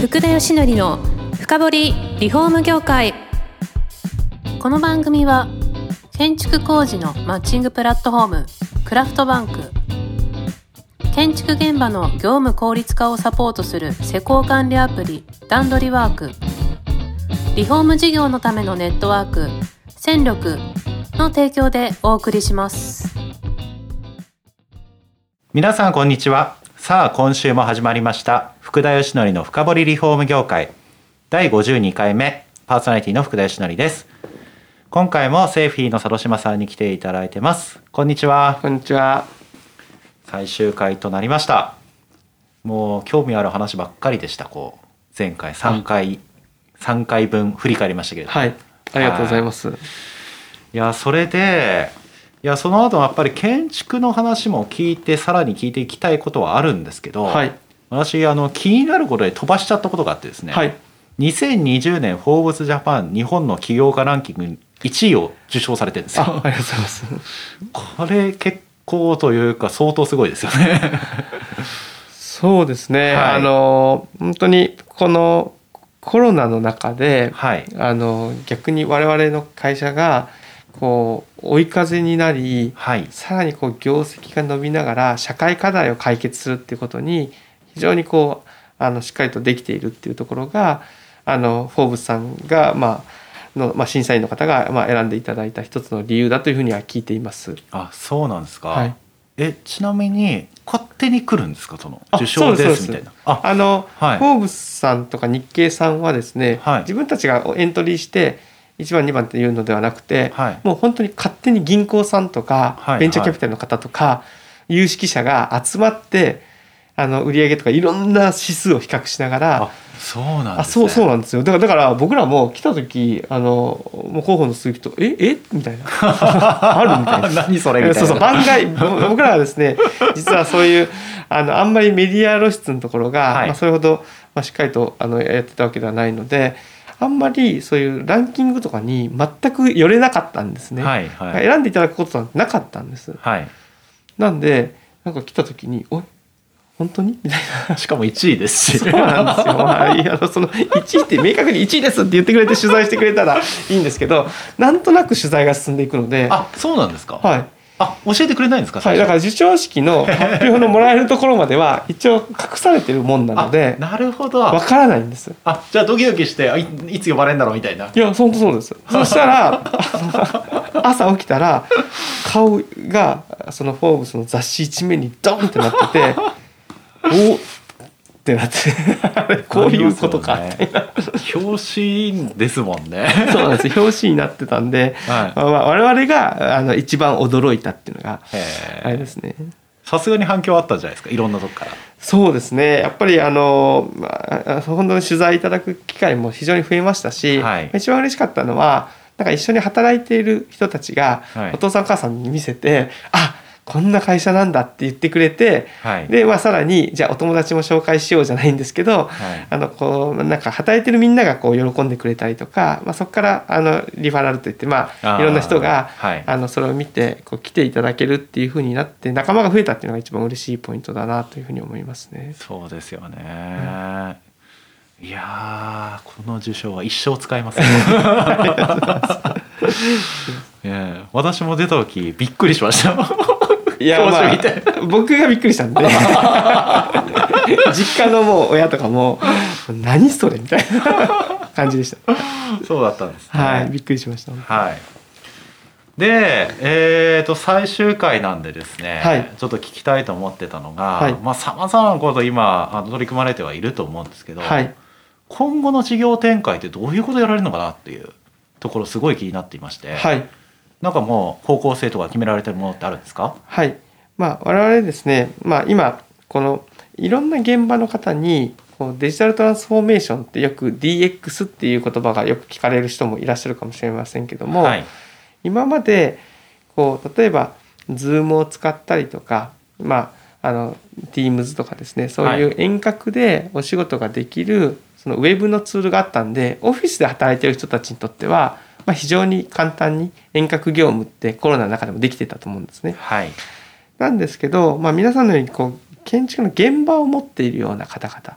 福田義則の深掘りリフォーム業界。この番組は建築工事のマッチングプラットフォームクラフトバンク、建築現場の業務効率化をサポートする施工管理アプリ段取りワーク、リフォーム事業のためのネットワーク戦力の提供でお送りします。 皆さんこんにちは。さあ今週も始まりました福田義則の深掘りリフォーム業界第52回目、パーソナリティの福田義則です。今回もセーフィーの佐渡島さんに来ていただいてます。こんにちは。 こんにちは。 最終回となりました。もう興味ある話ばっかりでした。前回3回分振り返りましたけれども、 はい、ありがとうございます。 それでその後やっぱり建築の話も聞いてさらに聞いていきたいことはあるんですけど、 はい、 私気になることで飛ばしちゃったことがあってですね、 はい、 2020年フォーブスジャパン日本の起業家ランキング1位を受賞されてるんですよ。 ありがとうございます。 これ結構というか相当すごいですよね。 そうですね、 はい、 本当にこのコロナの中で、 はい、 逆に我々の会社が追い風になり、 はい、 さらに業績が伸びながら社会課題を解決するっていうことに非常にしっかりとできているっていうところがフォーブスさんが、審査員の方が選んでいただいた一つの理由だというふうには聞いています。 あ、そうなんですか。 はい、 ちなみに勝手に来るんですか、その受賞ですみたいな。 はい、フォーブスさんとか日経さんはですね、はい、自分たちがエントリーして1番2番っていうのではなくて、はい、もう本当に勝手に銀行さんとか、はい、ベンチャーキャピタルの方とか、はい、有識者が集まって売上とかいろんな指数を比較しながら。 そうなんですね。 そうなんですよ。だから僕らも来た時もう候補の数とみたいなあるみたいな何それみたいな。 そう番外僕らはですね、実はそういうあんまりメディア露出のところが、はい、それほどしっかりとやってたわけではないので、あんまりそういうランキングとかに全く寄れなかったんですね。はいはい、選んでいただくことはなかったんです。はい、なんで来た時に本当にみたいな。 しかも1位ですし。 そうなんですよ。その1位って明確に1位ですって言ってくれて取材してくれたらいいんですけど、なんとなく取材が進んでいくので。 あ、そうなんですか。 はい。 教えてくれないんですか。 はい、だから授賞式の発表のもらえるところまでは一応隠されてるもんなので。 なるほど。 わからないんです。 じゃあドキドキしていつ呼ばれるんだろうみたいな。 いや本当そうです。そしたら朝起きたら顔がそのフォーブスの雑誌一面にドンってなってて。おってなってこういうことかみたいな。 表紙ですもんね。 そうなんです。表紙になってたんで、はい、我々が一番驚いたっていうのがあれですね。 さすがに反響あったんじゃないですか、いろんなとこから。 そうですね、やっぱり本当に取材いただく機会も非常に増えましたし、はい、一番嬉しかったのは一緒に働いている人たちが、はい、お父さんお母さんに見せて、こんな会社なんだって言ってくれて、はい、でさらにじゃあお友達も紹介しようじゃないんですけど、はい、働いてるみんなが喜んでくれたりとか、そこからリファラルといっていろんな人が、はい、それを見て来ていただけるっていう風になって仲間が増えたっていうのが一番嬉しいポイントだなというふうに思いますね。 そうですよね、いやこの受賞は一生使えますね。私も出た時びっくりしました。 いや僕がびっくりしたんで実家のもう親とかも何それみたいな感じでした。 そうだったんですね。 はい、びっくりしました。 はい。で、最終回なんでですね、はい、ちょっと聞きたいと思ってたのが、さまざまなこと今取り組まれてはいると思うんですけど、はい、今後の事業展開ってどういうことやられるのかなっていうところすごい気になっていまして、はい、もう方向性とか決められてるものってあるんですか？ はい、我々ですね、今このいろんな現場の方にデジタルトランスフォーメーションってよく DX っていう言葉がよく聞かれる人もいらっしゃるかもしれませんけども、はい、今まで例えば Zoom を使ったりとか、Teams とかですね、そういう遠隔でお仕事ができるそのウェブのツールがあったんで、オフィスで働いている人たちにとっては非常に簡単に遠隔業務ってコロナの中でもできてたと思うんですね。はい、なんですけど、皆さんのように建築の現場を持っているような方々っ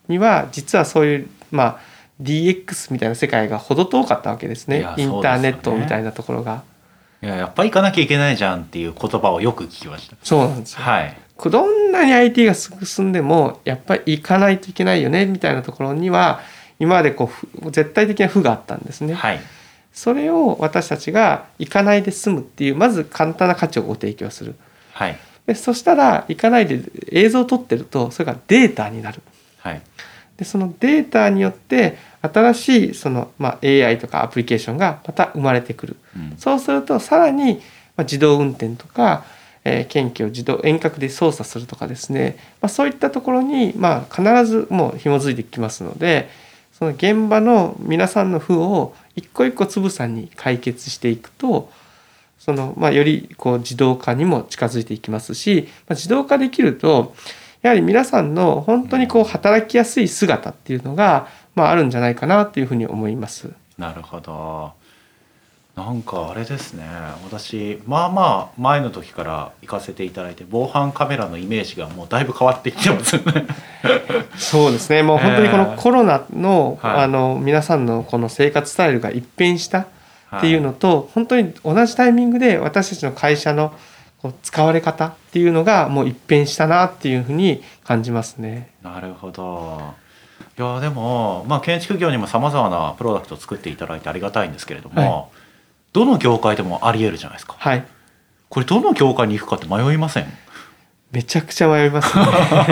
には実はそういうDX みたいな世界が程遠かったわけですね。インターネットみたいなところが。 やっぱり行かなきゃいけないじゃんっていう言葉をよく聞きました。 そうなんですよ。どんなに IT が進んでもやっぱり行かないといけないよねみたいなところには今まで絶対的な負があったんですね。それを私たちが行かないで済むっていうまず簡単な価値をご提供する。でそしたら行かないで映像を撮ってるとそれがデータになる。でそのデータによって新しいAI とかアプリケーションがまた生まれてくる。そうするとさらに自動運転とか検挙を遠隔で操作するとかですね、そういったところに必ずもう紐づいてきますので、その現場の皆さんの負を一個一個つぶさに解決していくとより自動化にも近づいていきますし、自動化できるとやはり皆さんの本当に働きやすい姿っていうのがあるんじゃないかなというふうに思います。 なるほど。なんかあれですね、私前の時から行かせていただいて防犯カメラのイメージがもうだいぶ変わってきてますよね。 そうですね、もう本当にこのコロナの、皆さんのこの生活スタイルが一変したっていうのと、本当に同じタイミングで私たちの会社の使われ方っていうのがもう一変したなっていうふうに感じますね。 なるほど。いやでも、建築業にもさまざまなプロダクトを作っていただいてありがたいんですけれども、どの業界でもありえるじゃないですか。これどの業界に行くかって迷いません？ めちゃくちゃ迷いますね。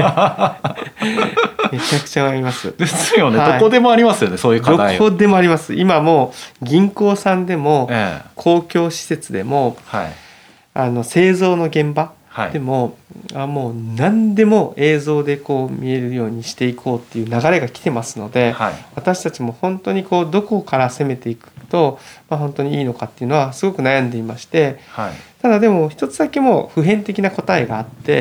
めちゃくちゃ迷います。 ですよね、どこでもありますよね、そういう課題。 どこでもあります。今もう銀行さんでも、公共施設でも、製造の現場でも、もう何でも映像で見えるようにしていこうっていう流れが来てますので、私たちも本当にどこから攻めていくと、本当にいいのかっていうのはすごく悩んでいまして、ただでも一つだけもう普遍的な答えがあって、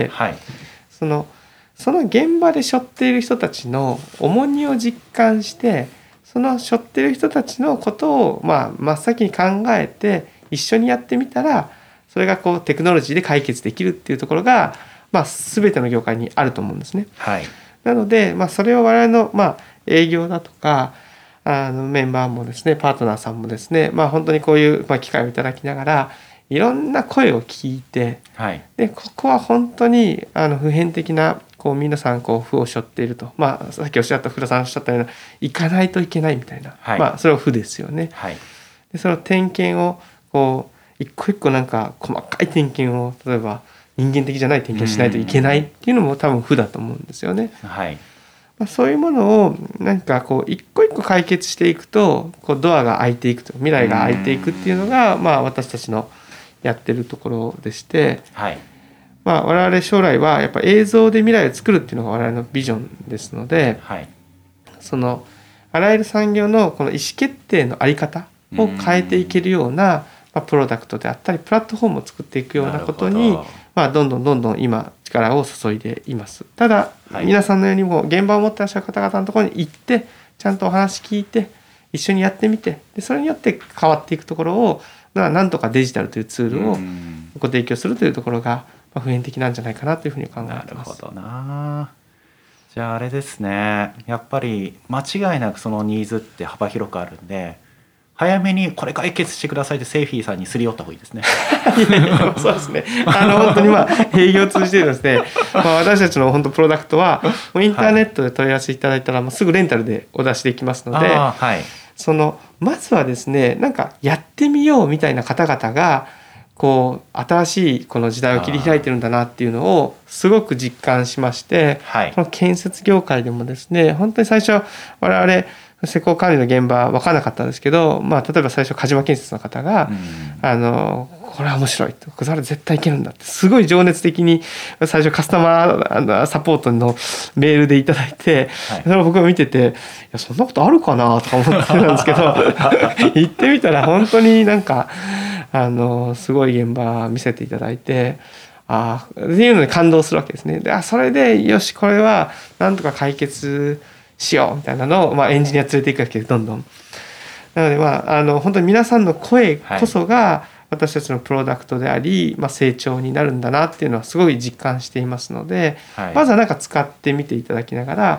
その現場で背負っている人たちの重荷を実感して、その背負っている人たちのことを真っ先に考えて一緒にやってみたら、それがテクノロジーで解決できるっていうところが、全ての業界にあると思うんですね。なので、それを我々の、営業だとかメンバーもですね、パートナーさんもですね、本当にこういう、機会をいただきながらいろんな声を聞いて、でここは本当に普遍的な皆さん負を背負っていると、さっきおっしゃった福田さんおっしゃったような行かないといけないみたいな、それは負ですよね。でその点検を一個一個細かい点検を例えば人間的じゃない点検をしないといけないっていうのも多分負だと思うんですよね。そういうものを一個一個解決していくとドアが開いていくと、未来が開いていくっていうのが私たちのやってるところでして、我々将来はやっぱ映像で未来を作るっていうのが我々のビジョンですので、そのあらゆる産業のこの意思決定の在り方を変えていけるようなプロダクトであったりプラットフォームを作っていくようなことにどんどん今力を注いでいます。ただ、皆さんのようにも現場を持っていらっしゃる方々のところに行ってちゃんとお話聞いて一緒にやってみて、でそれによって変わっていくところをなんとかデジタルというツールをご提供するというところが普遍的なんじゃないかなというふうに考えてます。 なるほどな。じゃああれですね、やっぱり間違いなくそのニーズって幅広くあるんで、早めにこれ解決してくださいってセーフィーさんにすり寄った方がいいですね。 そうですね。本当に営業を通じてですね、私たちの本当プロダクトはインターネットで問い合わせいただいたらすぐレンタルでお出しできますので、まずはですね、やってみようみたいな方々が新しいこの時代を切り開いてるんだなっていうのをすごく実感しまして、この建設業界でもですね、本当に最初我々施工管理の現場分からなかったんですけど、例えば最初鹿島建設の方が、これは面白いと、これ絶対いけるんだってすごい情熱的に最初カスタマーサポートのメールでいただいて、それを僕が見てて、いやそんなことあるかなとか思ってたんですけど行ってみたら本当にすごい現場見せていただいて、っていうので感動するわけですね。でそれでよしこれはなんとか解決しようみたいなのを、エンジニア連れていくわけです、どんどん。なので本当に皆さんの声こそが私たちのプロダクトであり、成長になるんだなっていうのはすごい実感していますので、まずは使ってみていただきながら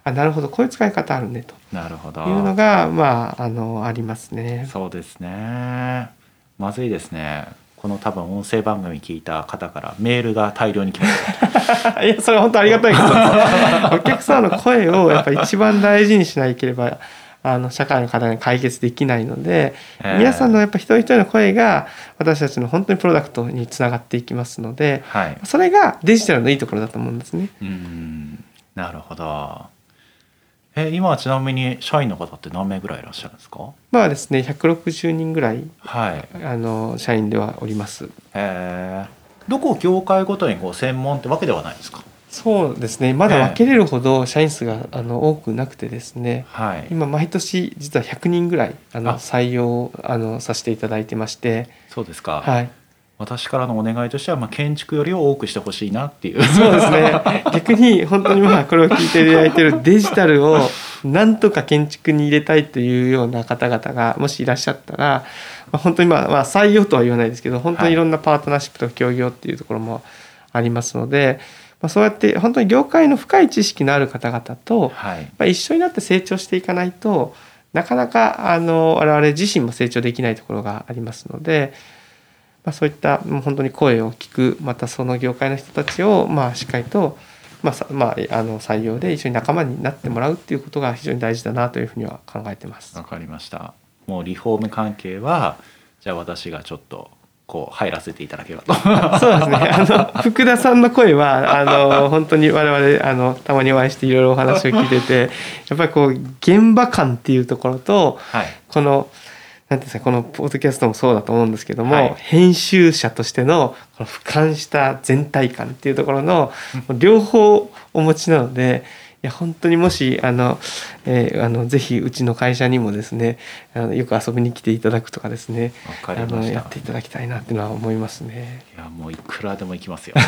なるほどこういう使い方あるねとなるほどいうのが、ありますね。 そうですね。まずいですね。この多分音声番組聞いた方からメールが大量に来ましたいやそれは本当ありがたいことですお客さんの声をやっぱり一番大事にしなければ社会の課題に解決できないので、皆さんのやっぱ一人一人の声が私たちの本当にプロダクトにつながっていきますので、それがデジタルのいいところだと思うんですね。 なるほど。今はちなみに社員の方って何名ぐらいいらっしゃるんですか？ ですね160人ぐらい、社員ではおります。 どこ業界ごとに専門ってわけではないですか？ そうですねまだ分けれるほど社員数が多くなくてですね、今毎年実は100人ぐらい採用させていただいてまして。 そうですか。私からのお願いとしては、建築より多くしてほしいなっていう。 そうですね逆に本当にこれを聞いていただいているデジタルをなんとか建築に入れたいというような方々がもしいらっしゃったら、本当に採用とは言わないですけど本当にいろんなパートナーシップと協業っていうところもありますので、そうやって本当に業界の深い知識のある方々と一緒になって成長していかないとなかなか我々自身も成長できないところがありますので、そういった本当に声を聞くまたその業界の人たちをしっかりと採用で一緒に仲間になってもらうっていうことが非常に大事だなというふうには考えてます。 わかりました。もうリフォーム関係はじゃあ私がちょっと入らせていただければと。 そうですね福田さんの声は本当に我々たまにお会いしていろいろお話を聞いててやっぱり現場感っていうところと、このなんていうんですかこのポッドキャストもそうだと思うんですけども、編集者としてのこの俯瞰した全体感っていうところの両方お持ちなので、いや本当にもしぜひうちの会社にもですねよく遊びに来ていただくとかですねやっていただきたいなっていうのは思いますね。 いやもういくらでも行きますよ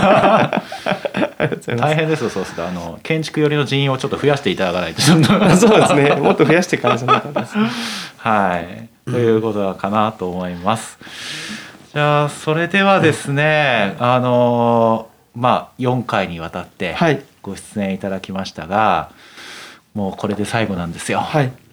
大変ですよ。そうすると建築寄りの人員をちょっと増やしていただかないとそうですねもっと増やしてからじゃなかったですということかなと思います。じゃあそれではですね4回にわたってご出演いただきましたが、もうこれで最後なんですよ。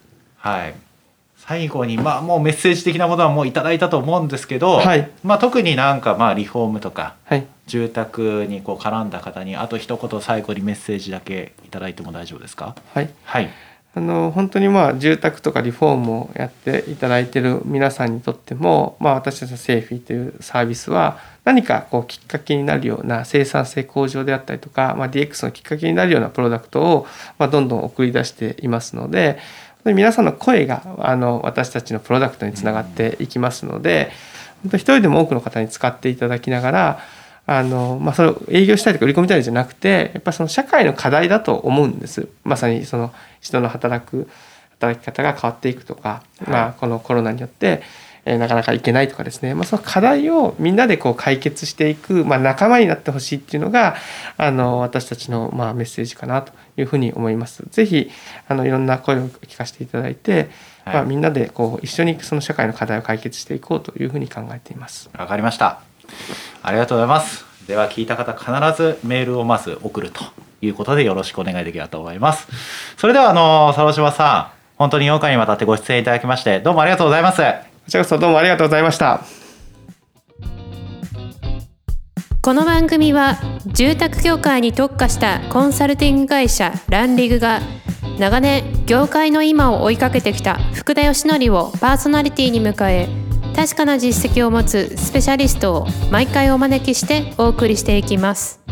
最後にもうメッセージ的なものはもういただいたと思うんですけど、特にリフォームとか、住宅に絡んだ方にあと一言最後にメッセージだけいただいても大丈夫ですか？ 本当に住宅とかリフォームをやっていただいている皆さんにとっても、私たちのセーフィーというサービスは何かきっかけになるような生産性向上であったりとか、DX のきっかけになるようなプロダクトをどんどん送り出していますので、皆さんの声が私たちのプロダクトにつながっていきますので、本当一人でも多くの方に使っていただきながらそれを営業したいとか売り込みたいじゃなくて、やっぱりその社会の課題だと思うんです。まさにその人の働き方が変わっていくとか、このコロナによってなかなかいけないとかですね、その課題をみんなで解決していく、仲間になってほしいっていうのが私たちのメッセージかなというふうに思います。ぜひいろんな声を聞かせていただいて、みんなで一緒にその社会の課題を解決していこうというふうに考えています。 わかりました。ありがとうございます。では聞いた方必ずメールをまず送るということでよろしくお願いできればと思います。それでは佐島さん、本当に4回にわたってご出演いただきましてどうもありがとうございます。こちらこそどうもありがとうございました。 この番組は住宅業界に特化したコンサルティング会社ランリグが長年業界の今を追いかけてきた福田義則をパーソナリティに迎え、確かな実績を持つスペシャリストを毎回お招きしてお送りしていきます。